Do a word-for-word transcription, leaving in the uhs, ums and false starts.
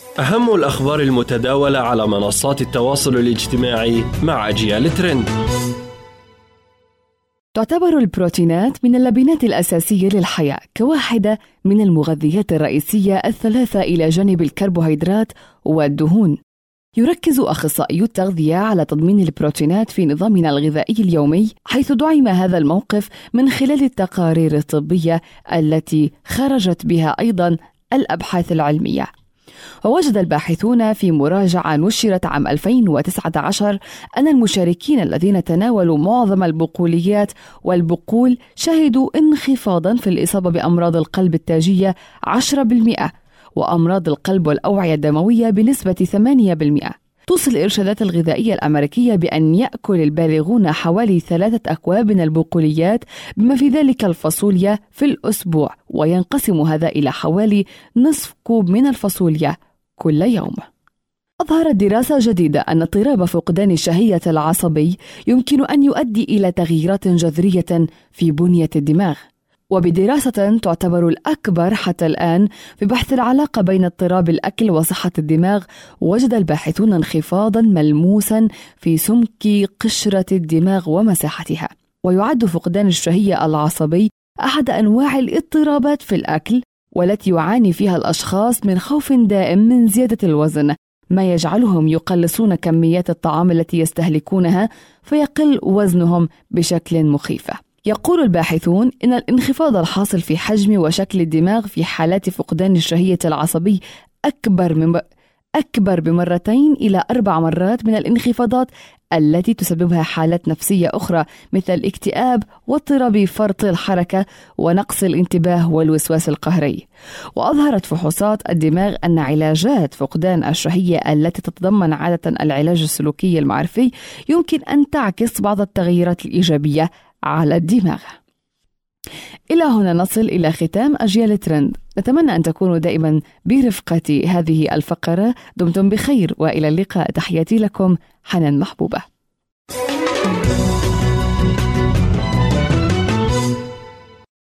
أهم الأخبار المتداولة على منصات التواصل الاجتماعي مع أجيال ترند. تعتبر البروتينات من اللبنات الأساسية للحياة كواحدة من المغذيات الرئيسية الثلاثة إلى جانب الكربوهيدرات والدهون. يركز أخصائيو التغذية على تضمين البروتينات في نظامنا الغذائي اليومي، حيث دعم هذا الموقف من خلال التقارير الطبية التي خرجت بها أيضاً الأبحاث العلمية. ووجد الباحثون في مراجعة نشرت عام ألفين وتسعة عشر أن المشاركين الذين تناولوا معظم البقوليات والبقول شهدوا انخفاضاً في الإصابة بأمراض القلب التاجية عشرة بالمئة وأمراض القلب والأوعية الدموية بنسبة ثمانية بالمئة. توصي الإرشادات الغذائية الأمريكية بأن يأكل البالغون حوالي ثلاثة أكواب من البقوليات بما في ذلك الفاصوليا في الأسبوع، وينقسم هذا إلى حوالي نصف كوب من الفاصوليا كل يوم. أظهرت دراسة جديدة أن اضطراب فقدان الشهية العصبي يمكن أن يؤدي إلى تغييرات جذرية في بنية الدماغ. وبدراسة تعتبر الأكبر حتى الآن في بحث العلاقة بين اضطراب الأكل وصحة الدماغ، وجد الباحثون انخفاضا ملموسا في سمك قشرة الدماغ ومساحتها. ويعد فقدان الشهية العصبي أحد أنواع الاضطرابات في الأكل، والتي يعاني فيها الأشخاص من خوف دائم من زيادة الوزن، ما يجعلهم يقلصون كميات الطعام التي يستهلكونها فيقل وزنهم بشكل مخيف. يقول الباحثون إن الانخفاض الحاصل في حجم وشكل الدماغ في حالات فقدان الشهية العصبي أكبر من ب... أكبر بمرتين إلى أربع مرات من الانخفاضات التي تسببها حالات نفسية أخرى مثل الاكتئاب واضطراب فرط الحركة ونقص الانتباه والوسواس القهري. وأظهرت فحوصات الدماغ أن علاجات فقدان الشهية التي تتضمن عادة العلاج السلوكي المعرفي يمكن أن تعكس بعض التغييرات الإيجابية على الدماغ. إلى هنا نصل إلى ختام أجيال ترند. نتمنى أن تكونوا دائما برفقة هذه الفقرة. دمتم بخير وإلى اللقاء. تحياتي لكم حنان محبوبة.